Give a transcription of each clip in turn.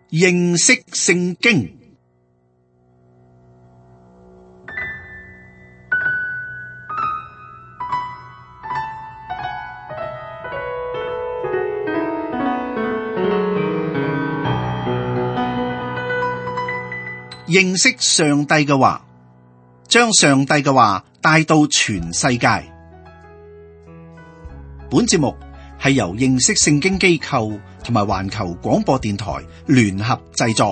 認識聖經。認識上帝嘅話，將上帝嘅話帶到全世界。本節目係由認識聖經機構同埋環球廣播電台聯合製作。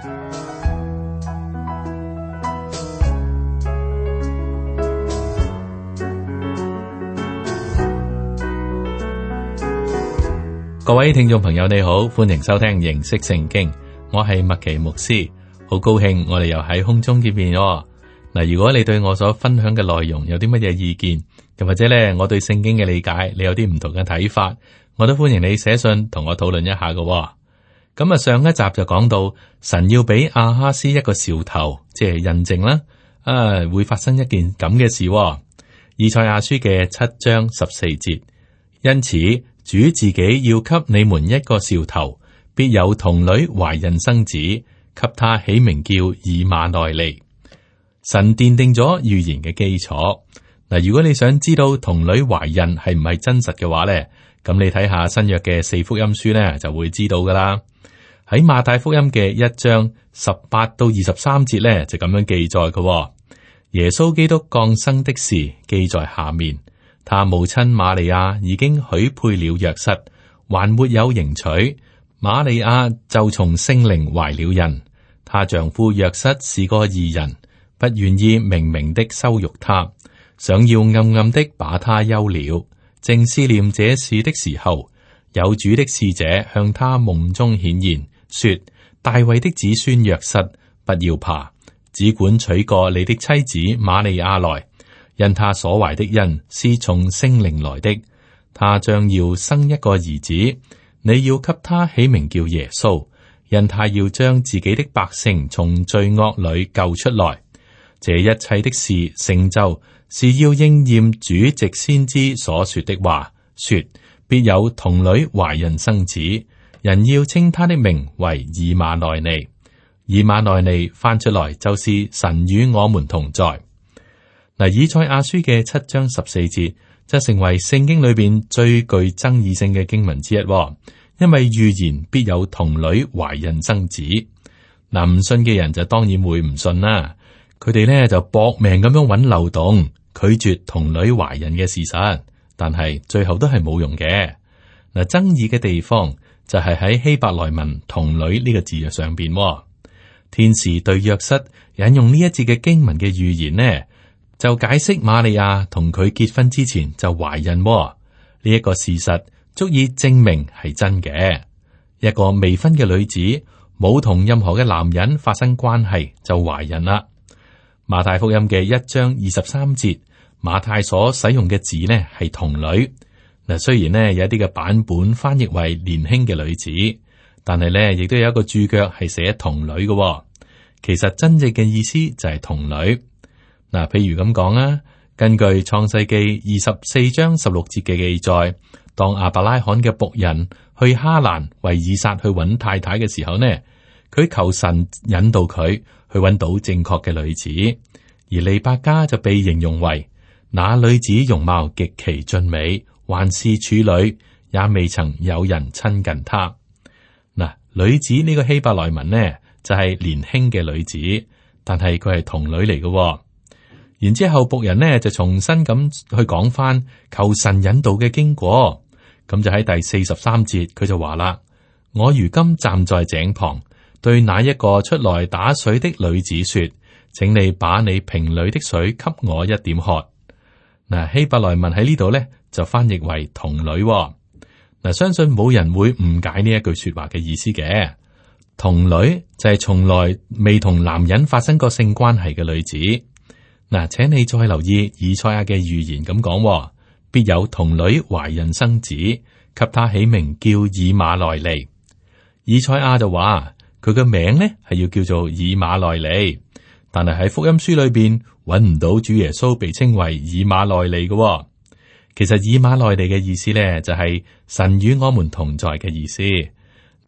各位聽眾朋友你好，歡迎收聽認識聖經，我係麥奇牧師，好高興我哋又喺空中見面哦。嗱，如果你對我所分享嘅內容有啲乜嘢意見，又或者咧我對聖經嘅理解，你有啲唔同嘅睇法，我都歡迎你寫信同我討論一下嘅。咁啊，上一集就講到神要俾亞哈斯一個兆頭，即係印證啦，會發生一件咁嘅事。以賽亞書嘅7章14節，因此主自己要給你們一個兆頭，必有童女懷孕生子，給他起名叫以馬內利。神奠定咗預言嘅基礎。嗱，如果你想知道童女懷孕係唔係真實嘅話咧，咁你睇下新約嘅4福音書咧，就會知道噶啦。喺馬太福音嘅1章18到23節咧，就咁樣記載嘅。耶穌基督降生的事記在下面，他母親瑪利亞已經許配了約瑟，還沒有迎娶，瑪利亞就從聖靈懷了孕。她丈夫約瑟是個義人，不願意明明的羞辱她，想要暗暗的把她休了。正思念這事的時候，有主的使者向他夢中顯現，說：大衛的子孫約瑟，不要怕，只管娶過你的妻子瑪利亞來，因他所懷的孕是從聖靈來的。他將要生一個兒子，你要給他起名叫耶穌，因他要將自己的百姓從罪惡裏救出來。這一切的事成就，是要應驗主藉先知所說的話，說必有童女懷孕生子，人要稱他的名為以馬內利。以馬內利翻出來就是神與我們同在。嗱，以賽亞書嘅7章14節則成為聖經裏邊最具爭議性嘅經文之一，因為預言必有童女懷孕生子。嗱，唔信嘅人就當然會唔信啦，佢哋咧就搏命咁樣揾漏洞，拒絕童女懷孕嘅事實，但係最後都係冇用嘅。嗱，爭議嘅地方就係喺希伯來文童女呢個字嘅上邊。天使對約瑟引用呢一節嘅經文嘅預言呢，就解釋瑪利亞同佢結婚之前就懷孕。呢一個事實足以證明係真嘅。一個未婚嘅女子冇同任何嘅男人發生關係就懷孕啦。馬太福音嘅1章23節，馬太所使用嘅字呢係童女。嗱，雖然呢有一啲嘅版本翻譯為年輕嘅女子，但係呢亦都有一個注腳係寫童女嘅。其實真正嘅意思就係童女。嗱，譬如咁講啊，根據創世記24章16節嘅記載，當亞伯拉罕嘅僕人去哈蘭為以撒去揾太太嘅時候呢，佢求神引導佢去揾到正確嘅女子，而利百加就被形容為那女子容貌極其俊美，還是處女，也未曾有人親近她。嗱，女子呢個希伯來文呢就係年輕嘅女子，但係佢係童女嚟嘅。然之後僕人呢就重新咁去講翻求神引導嘅經過，咁就喺第43節佢就話啦：我如今站在井旁，對那一個出來打水的女子說，請你把你瓶裏的水給我一點喝。嗱，希伯來文喺呢度呢就翻譯為童女。嗱，相信冇人會誤解呢一句說話嘅意思嘅。童女就係從來未同男人發生過性關係嘅女子。嗱，請你再留意以賽亞嘅預言咁講，必有童女懷孕生子，給他起名叫以馬內利。以賽亞就話佢嘅名呢係要叫做以馬內利，但係喺福音書裏邊揾唔到主耶穌被稱為以馬內利嘅。其實以馬內利嘅意思呢，就係神與我們同在嘅意思。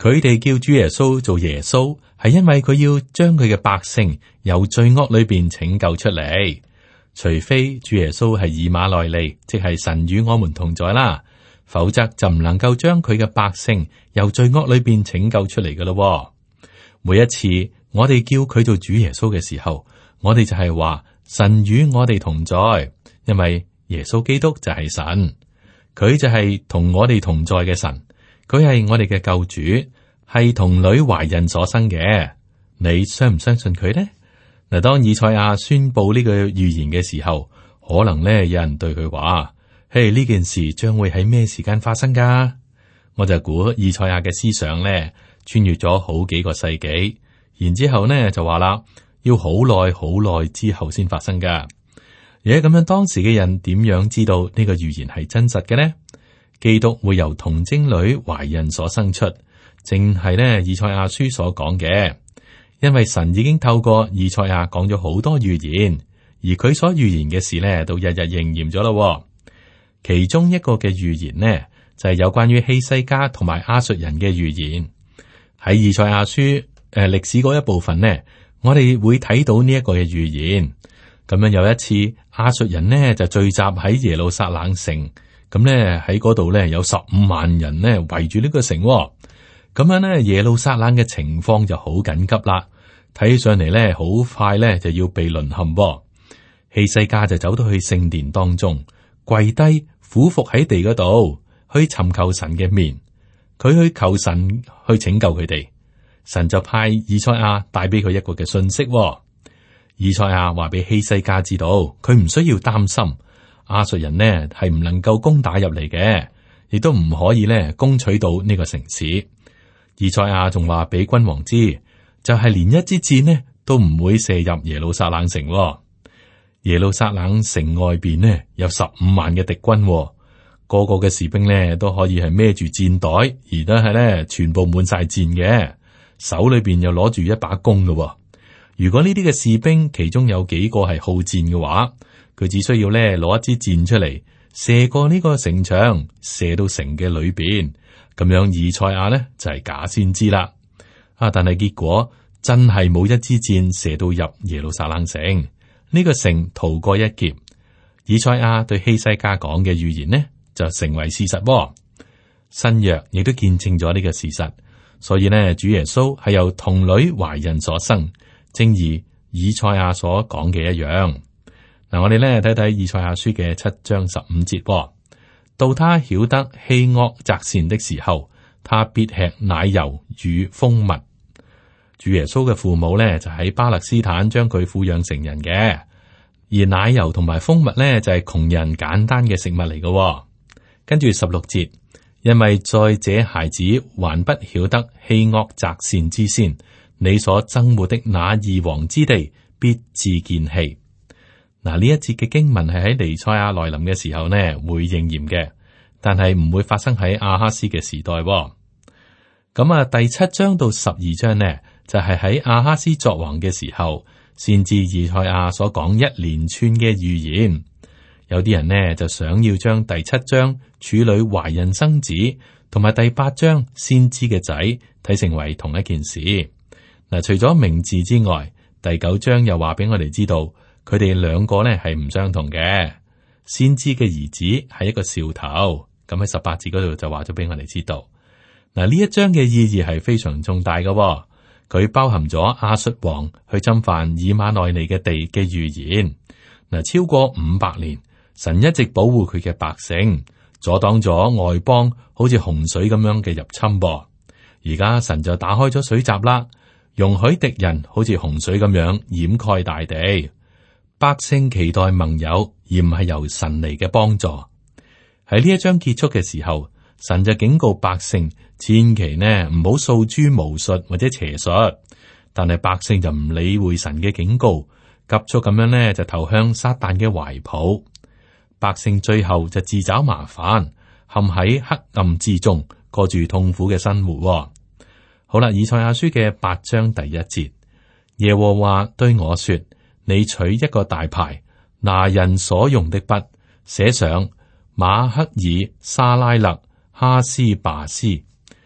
佢哋叫主耶穌做耶穌，係因為佢要將佢嘅百姓由罪惡裏邊拯救出嚟。除非主耶穌係以馬內利，即係神與我們同在啦，否則就唔能夠將佢嘅百姓由罪惡裏邊拯救出嚟㗎咯。每一次我哋叫佢做主耶穌嘅時候，我哋就係話神與我哋同在，因為耶穌基督就係神，佢就係同我哋同在嘅神，佢係我哋嘅救主，係童女懷孕所生嘅。你相唔相信佢呢？嗱，當以賽亞宣布呢個預言嘅時候，可能咧有人對佢話：嘿，呢件事將會喺咩時間發生噶？我就估以賽亞嘅思想咧穿越咗好幾個世紀，然之後呢就話啦，要好耐好耐之後先發生噶。而咁樣，當時嘅人點樣知道呢個預言係真實嘅呢？基督會由童貞女懷孕所生出，正係呢以賽亞書所講嘅。因為神已經透過以賽亞講咗好多預言，而佢所預言嘅事呢，都日日應驗咗咯。其中一個嘅預言呢，就係有關於希西家同埋亞述人嘅預言。喺以賽亞書歷史嗰一部分呢，我哋會睇到呢一個嘅預言。咁樣有一次，亞述人呢就聚集喺耶路撒冷城，咁呢喺嗰度呢有15萬人呢圍住呢個城。咁樣呢，耶路撒冷嘅情況就好緊急啦。睇上嚟咧，好快咧就要被淪陷。希西家就走到去聖殿當中，跪低俯伏喺地嗰度，去尋求神嘅面。佢去求神去拯救佢哋。神就派以賽亞帶俾佢一個嘅信息。以賽亞話俾希西家知道，佢唔需要擔心亞述人呢係唔能夠攻打入嚟嘅，亦都唔可以咧攻取到呢個城市。以賽亞仲話俾君王知，就係連一支箭呢都唔會射入耶路撒冷城。耶路撒冷城外邊呢有15萬嘅敵軍，個個嘅士兵呢都可以係孭住箭袋，而都係咧全部滿晒箭嘅，手裏邊又攞住一把弓嘅。如果呢啲嘅士兵其中有幾個係好箭嘅話，佢只需要咧攞一支箭出嚟，射過呢個城牆，射到城嘅裏邊，咁樣以賽亞呢就係假先知啦。但係結果真係冇一支箭射到入耶路撒冷城，呢個城逃過一劫。以賽亞對希西家講嘅預言呢，就成為事實。新約亦都見證咗呢個事實，所以呢，主耶穌係由童女懷孕所生，正如以賽亞所講嘅一樣。嗱，我哋呢睇睇以賽亞書嘅7章15節，到他曉得欺惡擇善的時候，他必吃奶油與蜂蜜。主耶穌嘅父母呢，就喺巴勒斯坦將佢撫養成人嘅，而奶油同埋蜂蜜呢，就係窮人簡單嘅食物嚟嘅。跟住16節，因為在這孩子還不曉得棄惡擇善之先，你所憎惡的那二王之地必致見棄。嗱，呢一節嘅經文係喺彌賽亞來臨嘅時候呢會應驗嘅，但係唔會發生喺亞哈斯嘅時代。咁第7章到12章呢，就係喺亞哈斯作王嘅時候，先至以賽亞所講一連串嘅預言。有啲人呢就想要將第7章處女懷孕生子，同埋第8章先知嘅仔睇成為同一件事。嗱，除咗名字之外，第9章又話俾我哋知道，佢哋兩個呢係唔相同嘅。先知嘅兒子係一個兆頭，咁喺18節嗰度就話咗俾我哋知道。嗱，呢一章嘅意義係非常重大嘅，佢包含咗亞述王去侵犯以馬內利嘅地嘅預言。嗱，超過500年，神一直保護佢嘅百姓，阻擋咗外邦好似洪水咁樣嘅入侵。而家神就打開咗水閘啦，容許敵人好似洪水咁樣掩蓋大地。百姓期待盟友，而唔係由神嚟嘅幫助。喺呢一章結束嘅時候，神就警告百姓，千祈呢唔好訴諸巫術或者邪術。但係百姓就唔理會神嘅警告，急速咁樣呢就投向撒旦嘅懷抱。百姓最後就自找麻煩，陷喺黑暗之中，過住痛苦嘅生活。好啦，以賽亞書嘅8章第1節，耶和華對我說：你取一個大牌，拿人所用的筆，寫上馬克爾沙拉勒哈斯巴斯。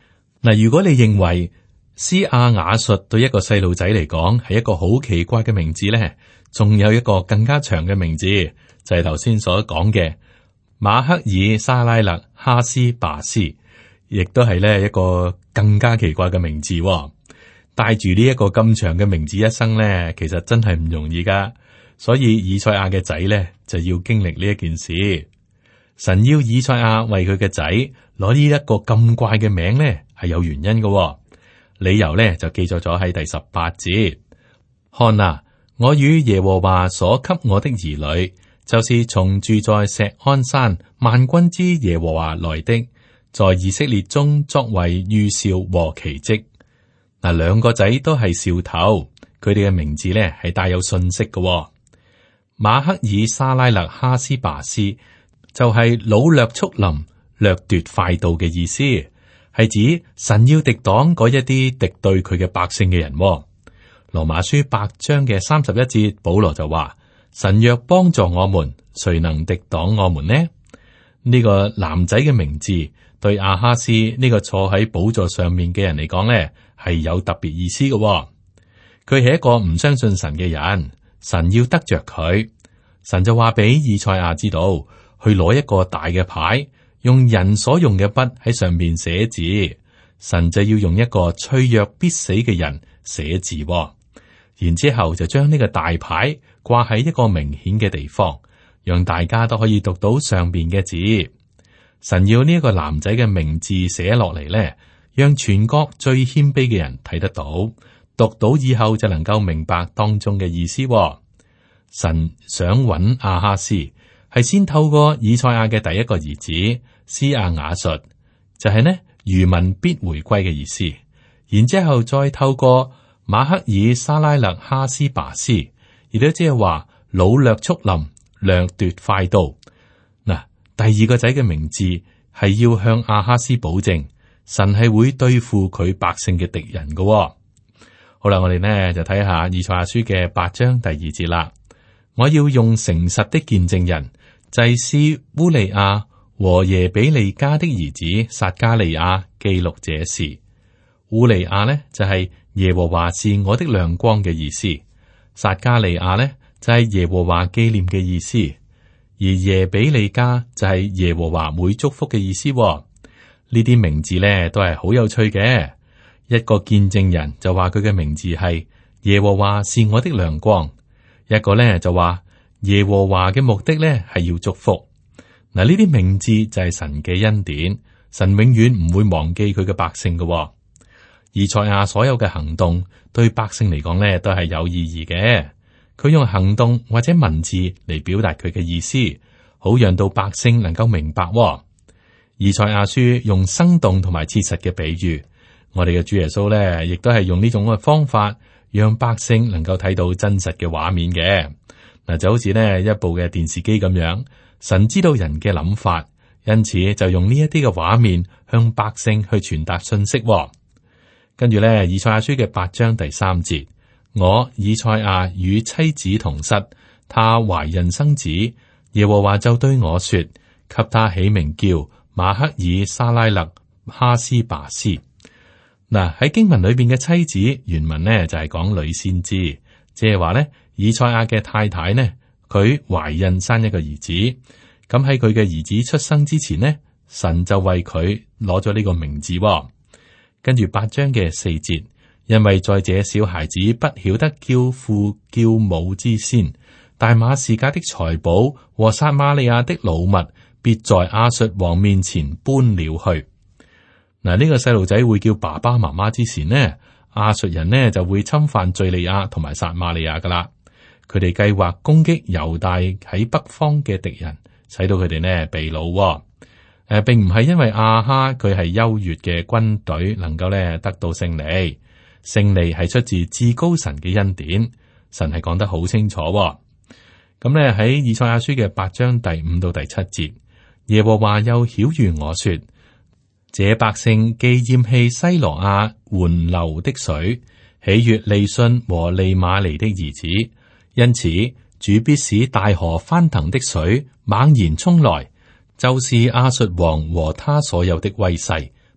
嗱，如果你認為施亞雅述對一個細路仔嚟講係一個好奇怪嘅名字咧，仲有一個更加長嘅名字，就係頭先所講嘅馬克爾沙拉勒哈斯巴斯，亦都係咧一個更加奇怪嘅名字。帶住呢一個咁長嘅名字一生咧，其實真係唔容易噶。所以以賽亞嘅仔咧就要經歷呢一件事。神要以賽亞為佢嘅仔攞呢一個咁怪嘅名咧，係有原因嘅。理由咧就記載咗喺第18節。看啊，我與耶和華所給我的兒女，就是從住在錫安山萬軍之耶和華來的，在以色列中作為預兆和奇蹟。嗱，兩個仔都係兆頭，佢哋嘅名字咧係帶有信息嘅。馬克爾沙拉勒哈斯巴斯就係擄掠速臨、掠奪快到嘅意思，係指神要敵擋嗰一啲敵對佢嘅百姓嘅人。羅馬書8章嘅31節，保羅就話：神若幫助我們，誰能敵擋我們呢？呢個男仔嘅名字對亞哈斯呢個坐喺寶座上面嘅人嚟講咧，係有特別意思嘅。佢係一個唔相信神嘅人。神要得着佢，神就話俾以賽亞知道，去攞一個大嘅牌，用人所用嘅筆喺上面寫字。神就要用一個脆弱必死嘅人寫字，然之後就將呢個大牌掛喺一個明顯嘅地方，讓大家都可以讀到上邊嘅字。神要呢一個男仔嘅名字寫落嚟咧，讓全國最謙卑嘅人睇得到。讀到以後就能夠明白當中嘅意思。神想揾亞哈斯，係先透過以賽亞嘅第一個兒子施亞雅述，就係呢餘民必回歸嘅意思。然之後再透過馬克爾沙拉勒哈斯巴斯，亦都即係話擄掠速臨、掠奪快到。嗱，第二個仔嘅名字係要向亞哈斯保證，神係會對付佢百姓嘅敵人嘅。好啦，我哋呢就睇下以賽亞書嘅8章第2節啦。我要用誠實的見證人祭司烏利亞和耶比利家的兒子撒加利亞記錄這事。烏利亞呢就係耶和華是我的亮光嘅意思，撒加利亞呢就係耶和華紀念嘅意思，而耶比利家就係耶和華會祝福嘅意思。呢啲名字呢都係好有趣嘅。一個見證人就話佢嘅名字係耶和華是我的亮光，一個呢就話耶和華嘅目的呢係要祝福。嗱，呢啲名字就係神嘅恩典，神永遠唔會忘記佢嘅百姓嘅。以賽亞所有嘅行動對百姓嚟講呢都係有意義嘅，佢用行動或者文字嚟表達佢嘅意思，好讓到百姓能夠明白。以賽亞書用生動同埋切實嘅比喻。我哋嘅主耶穌咧，亦都係用呢種嘅方法，讓百姓能夠睇到真實嘅畫面嘅。嗱，就好似呢一部嘅電視機咁樣，神知道人嘅諗法，因此就用呢一啲嘅畫面向百姓去傳達信息。跟住咧，以賽亞書嘅8章第3節，我以賽亞與妻子同室，他懷孕生子，耶和華就對我說，給他起名叫馬克爾沙拉勒哈斯巴斯。嗱，喺經文裏邊嘅妻子原文呢就係講女先知，即係話呢以賽亞嘅太太呢，佢懷孕生一個兒子，咁喺佢嘅兒子出生之前呢，神就為佢攞咗呢個名字。跟住8章嘅4節，因為在這小孩子不曉得叫父叫母之先，大馬士革的財寶和撒瑪利亞的擄物，必在亞述王面前搬了去。嗱，呢個細路仔會叫爸爸媽媽之前呢，亞述人呢就會侵犯敘利亞同埋撒瑪利亞噶啦。佢哋計劃攻擊猶大喺北方嘅敵人，使到佢哋呢被擄。並唔係因為亞哈佢係優越嘅軍隊能夠呢得到勝利，勝利係出自至高神嘅恩典。神係講得好清楚。咁呢喺以賽亞書嘅8章第5到第7節，耶和華又曉諭我說。這百姓既厭棄西羅亞緩流的水，喜悅利汛和利瑪利的兒子，因此主必使大河翻騰的水猛然衝來，就是亞述王和他所有的威勢，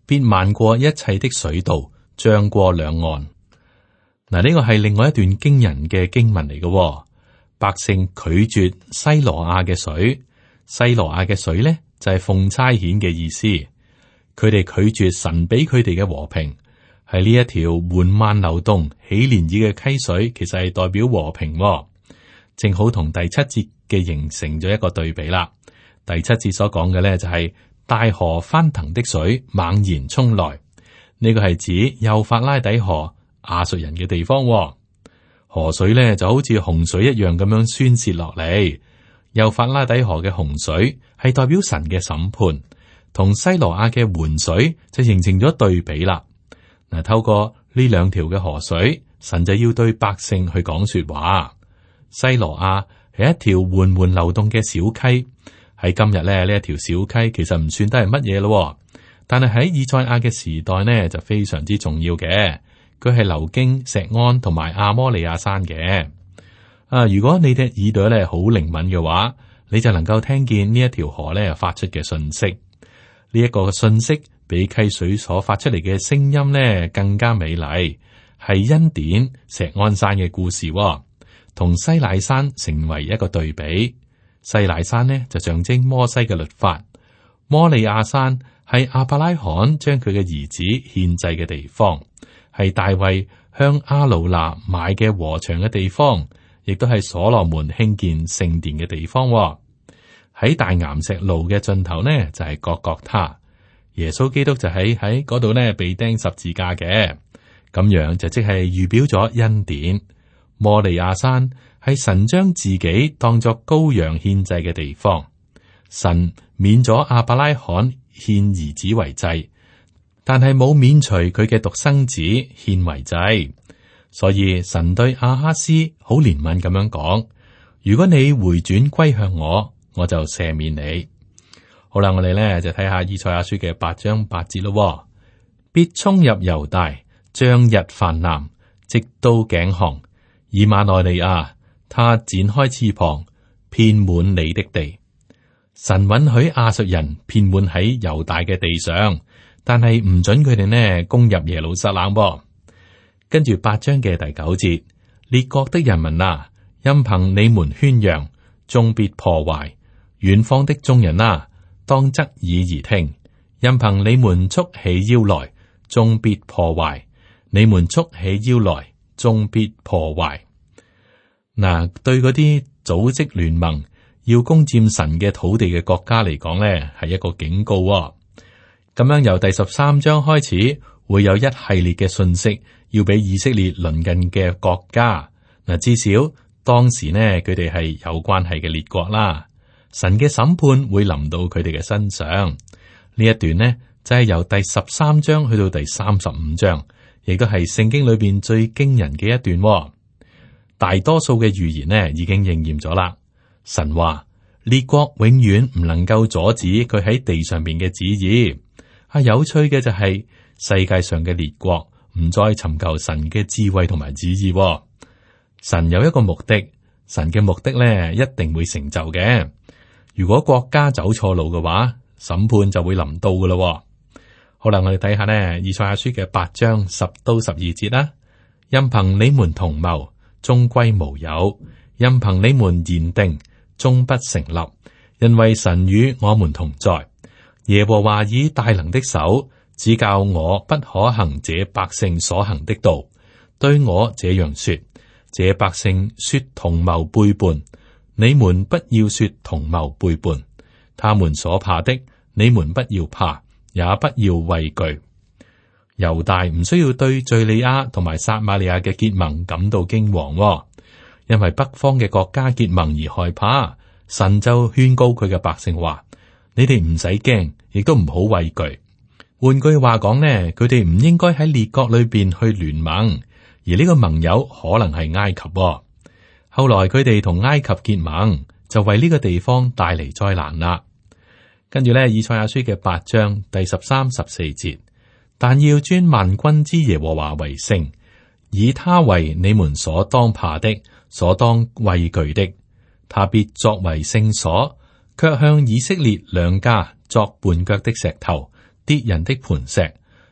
必漫過一切的水道，漲過兩岸。嗱，呢個係另外一段驚人嘅經文嚟嘅。百姓拒絕西羅亞嘅水，西羅亞嘅水咧就係奉差遣嘅意思。佢哋拒絕神俾佢哋嘅和平，係呢一條緩慢流動、起漣漪嘅溪水，其實係代表和平，正好同第七節嘅形成咗一個對比啦。第七節所講嘅咧就係大河翻騰的水猛然衝來，呢個係指幼發拉底河亞述人嘅地方。河水咧就好似洪水一樣咁樣宣洩落嚟。幼發拉底河嘅洪水係代表神嘅審判，同西羅亞嘅緩水就形成咗對比啦。嗱，透過呢兩條嘅河水，神就要對百姓去講說話。西羅亞係一條緩緩流動嘅小溪，喺今日咧呢一條小溪其實唔算得係乜嘢咯，但係喺以賽亞嘅時代呢就非常之重要嘅。佢係流經錫安同埋亞摩利亞山嘅。如果你嘅耳朵咧好靈敏嘅話，你就能夠聽見呢一條河咧發出嘅訊息。呢一個嘅訊息比溪水所發出嚟嘅聲音咧更加美麗，係恩典錫安山嘅故事，同西乃山成為一個對比。西乃山呢就象徵摩西嘅律法，摩利亞山係亞伯拉罕將佢嘅兒子獻祭嘅地方。係大衛向阿魯拿買嘅禾場嘅地方，亦都係所羅門興建聖殿嘅地方。喺大岩石路嘅盡頭呢，就係各各他，耶穌基督就喺嗰度呢被釘十字架嘅，咁樣就即係預表咗恩典。摩利亞山係神將自己當作羔羊獻祭嘅地方，神免咗亞伯拉罕獻兒子為祭。但係冇免除佢嘅獨生子獻為祭，所以神對亞哈斯好憐憫咁樣講：如果你回轉歸向我，我就赦免你。好啦，我哋咧就睇下以賽亞書嘅8章8節咯。必衝入猶大，將日泛濫，直到頸項。以馬內利亞，他展開翅膀，遍滿你的地。神允許亞述人遍滿喺猶大嘅地上。但係唔准佢哋呢攻入耶路撒冷噃。跟住8章嘅第9節，列國的人民啊，任憑你們喧嚷，終必破壞；遠方的眾人啊，當側耳而聽，任憑你們束起腰來，終必破壞；你們束起腰來，終必破壞。嗱，對嗰啲組織聯盟要攻佔神嘅土地嘅國家嚟講呢，係一個警告。咁樣由第13章開始，會有一系列嘅信息要俾以色列鄰近嘅國家。嗱，至少當時呢，佢哋係有關係嘅列國啦。神嘅審判會臨到佢哋嘅身上。呢一段呢，就係由第13章去到第35章，亦都係聖經裏邊最驚人嘅一段。大多數嘅預言呢，已經應驗咗啦。神話列國永遠唔能夠阻止佢喺地上邊嘅旨意。有趣嘅就係世界上嘅列國唔再尋求神嘅智慧同埋旨意。神有一個目的，神嘅目的咧一定會成就嘅。如果國家走錯路嘅話，審判就會臨到噶啦。好啦，我哋睇下呢，以賽亞書嘅8章10到12節啦。任憑你們同謀，終歸無有；任憑你們言定，終不成立。因為神與我們同在。耶和華以大能的手指教我不可行這百姓所行的道，對我這樣說：這百姓說同謀背叛，你們不要說同謀背叛。他們所怕的，你們不要怕，也不要畏懼。猶大唔需要對敘利亞同埋撒瑪利亞嘅結盟感到驚惶，因為北方嘅國家結盟而害怕。神就勸告佢嘅百姓話：你哋唔使驚，亦都唔好畏懼。換句話講呢，佢哋唔應該喺列國裏邊去聯盟，而呢個盟友可能係埃及。後來佢哋同埃及結盟，就為呢個地方帶嚟災難啦。跟住呢，以賽亞書嘅8章第13、14節，但要尊萬軍之耶和華為聖，以他為你們所當怕的，所當畏懼的。他必作為聖所，卻向以色列兩家作絆腳的石頭，跌人的磐石，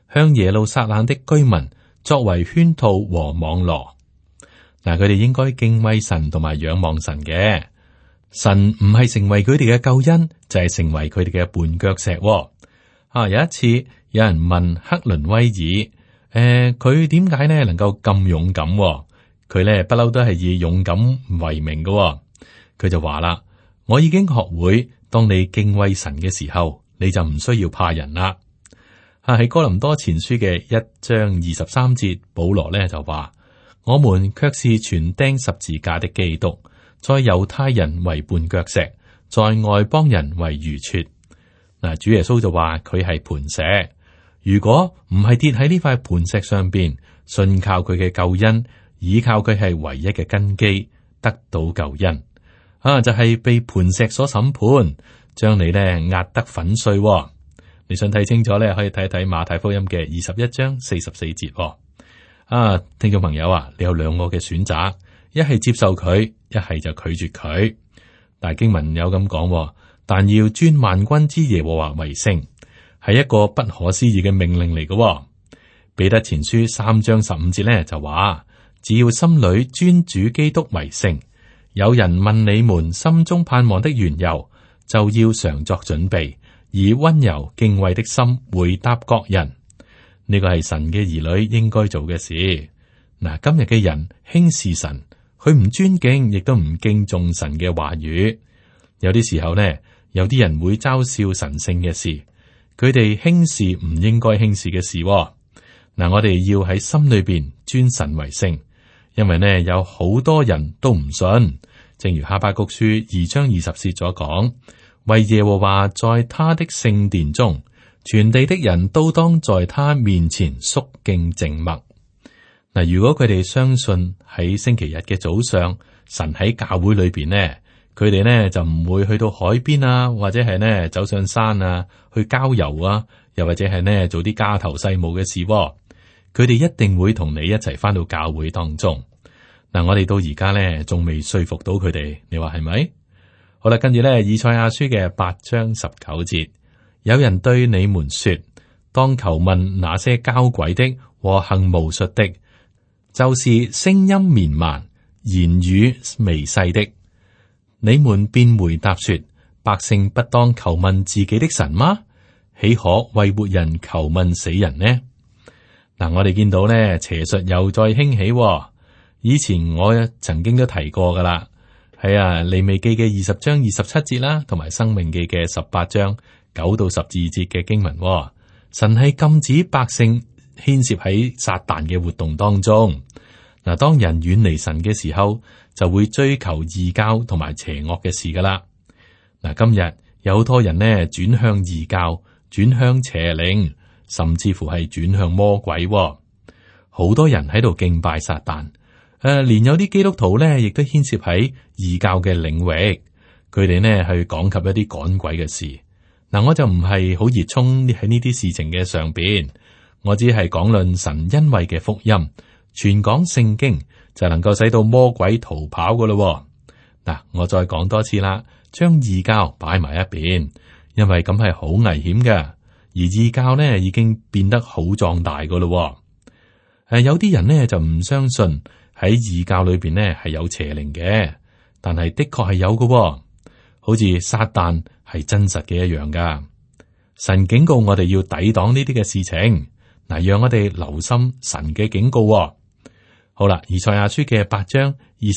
向耶路撒冷的居民作為圈套和網羅。嗱，佢哋應該敬畏神同埋仰望神嘅。神唔係成為佢哋嘅救恩，就係成為佢哋嘅絆腳石。有一次有人問克倫威爾，佢點解呢能夠咁勇敢？佢呢不嬲都係以勇敢為名嘅。佢就話啦：我已經學會，當你敬畏神嘅時候，你就唔需要怕人啦。喺哥林多前書嘅1章23節，保羅呢就話：我們卻是傳釘十字架的基督，在猶太人為絆腳石，在外邦人為愚拙。嗱，主耶穌就話佢係磐石，如果唔係跌喺呢塊磐石上邊，信靠佢嘅救恩，依靠佢係唯一嘅根基，得到救恩。就係被磐石所審判，將你呢壓得粉碎。你想睇清楚呢，可以睇睇馬太福音嘅21章44節。聽眾朋友啊，你有兩個嘅選擇，一係接受佢，一係就拒絕佢。但係經文有咁講，但要尊萬軍之耶和華為聖，係一個不可思議嘅命令嚟嘅。彼得前書3章15節呢就話：只要心裏尊主基督為聖。有人問你們心中盼望的緣由，就要常作準備，以溫柔敬畏的心回答各人。呢個係神嘅兒女應該做嘅事。嗱，今日嘅人輕視神，佢唔尊敬，亦都唔敬重神嘅話語。有啲時候呢，有啲人會嘲笑神聖嘅事，佢哋輕視唔應該輕視嘅事。嗱，我哋要喺心裏邊尊神為聖，因為呢有好多人都唔信。正如哈巴谷書2章20節所講，為耶和華在他的聖殿中，全地的人都當在他面前肅敬靜默。嗱，如果佢哋相信喺星期日嘅早上，神喺教會裏邊呢，佢哋呢就唔會去到海邊啊，或者係呢走上山啊，去郊遊啊，又或者係呢做啲家頭細務嘅事。佢哋一定會同你一齊返到教會當中。嗱，我哋到而家咧，仲未說服到佢哋，你話係咪？好啦，跟住咧，以賽亞書嘅8章19節，有人對你們說：當求問那些交鬼的和行巫術的，就是聲音綿蠻、言語微細的。你們便回答說：百姓不當求問自己的神嗎？豈可為活人求問死人呢？嗱，我哋見到咧，邪術又再興起。以前我曾經都提過噶啦，係利未記嘅20章27節啦，同埋申命記嘅18章9到12節嘅經文。神係禁止百姓牽涉喺撒旦嘅活動當中。嗱，當人遠離神嘅時候，就會追求異教同埋邪惡嘅事噶啦。嗱，今日有好多人呢轉向異教，轉向邪靈，甚至乎係轉向魔鬼。好多人喺度敬拜撒旦。連有啲基督徒咧，亦都牽涉喺異教嘅領域，佢哋呢去講及一啲趕鬼嘅事。嗱，我就唔係好熱衷喺呢啲事情嘅上邊，我只係講論神恩惠嘅福音，傳講聖經就能夠使到魔鬼逃跑噶咯。嗱，我再講多次啦，將異教擺埋一邊，因為咁係好危險嘅，而異教呢已經變得好壯大噶咯。有啲人呢就唔相信。喺異教裏邊呢係有邪靈嘅，但係的確係有嘅，好似撒旦係真實嘅一樣噶。神警告我哋要抵擋呢啲嘅事情，嗱，讓我哋留心神嘅警告。好啦，以賽亞書嘅8章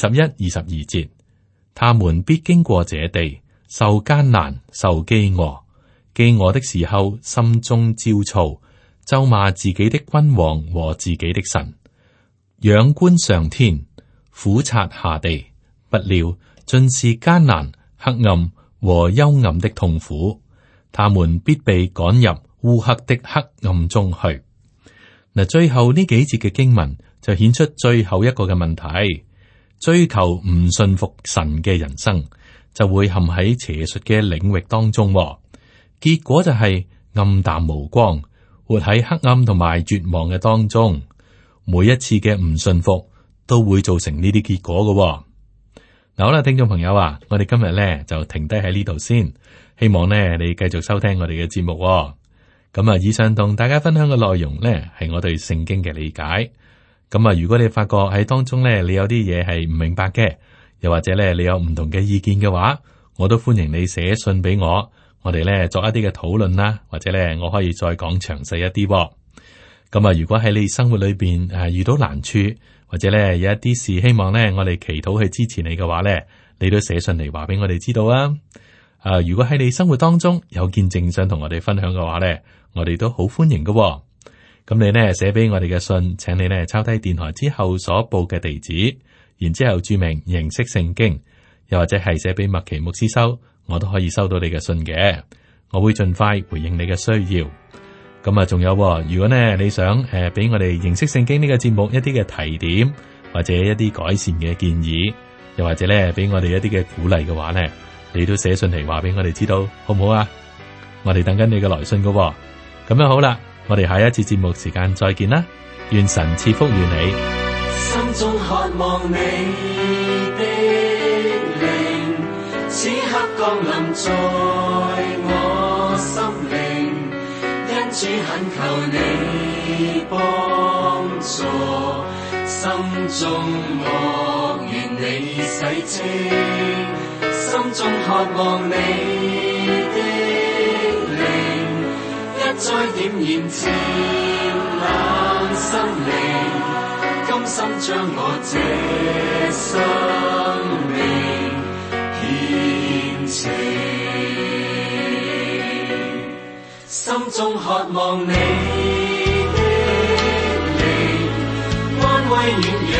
21、22節，他們必經過這地，受艱難，受飢餓，飢餓的時候，心中焦躁，咒罵自己的君王和自己的神。仰觀上天，俯察下地，不料盡是艱難、黑暗和幽暗的痛苦。他們必被趕入烏黑的黑暗中去。嗱，最後呢幾節嘅經文就顯出最後一個嘅問題：追求唔信服神嘅人生，就會陷喺邪術嘅領域當中。結果就係暗淡無光，活喺黑暗同埋絕望嘅當中。每一次嘅唔信服都會造成呢啲結果嘅。嗱，好啦，聽眾朋友啊，我哋今日咧就停低喺呢度先，希望呢你繼續收聽我哋嘅節目。 咁啊，以上同大家分享嘅內容呢，係我對聖經嘅理解。咁啊，如果你發覺喺當中呢，你有啲嘢係唔明白嘅，又或者咧你有唔同嘅意見嘅話，我都歡迎你寫信俾我，我哋咧作一啲嘅討論啦，或者咧我可以再講詳細一啲。咁啊，如果喺你生活裏邊遇到難處，或者咧有一啲事希望咧我哋祈禱去支持你嘅話咧，你都寫信嚟話俾我哋知道啊。如果喺你生活當中有見證想同我哋分享嘅話咧，我哋都好歡迎嘅。咁你呢寫俾我哋嘅信，請你呢抄低電台之後所報嘅地址，然之後注明認識聖經，又或者係寫俾麥奇牧師收，我都可以收到你嘅信嘅。我會盡快回應你嘅需要。咁啊，仲有，如果呢你想俾我哋認識聖經呢個節目一啲嘅提點，或者一啲改善嘅建議，又或者咧俾我哋一啲嘅鼓勵嘅話呢，你都寫信嚟話俾我哋知道，好唔好啊？我哋等緊你嘅來信噶。咁樣好啦，我哋下一次節目時間再見啦，願神賜福與你。 心中渴望你的靈，此刻降臨在我心靈，因主懇求你幫助，心中樂願你洗清，心中渴望你的靈，一再點燃漸冷心靈，甘心將我這生命獻呈，心中渴望你的靈，安慰軟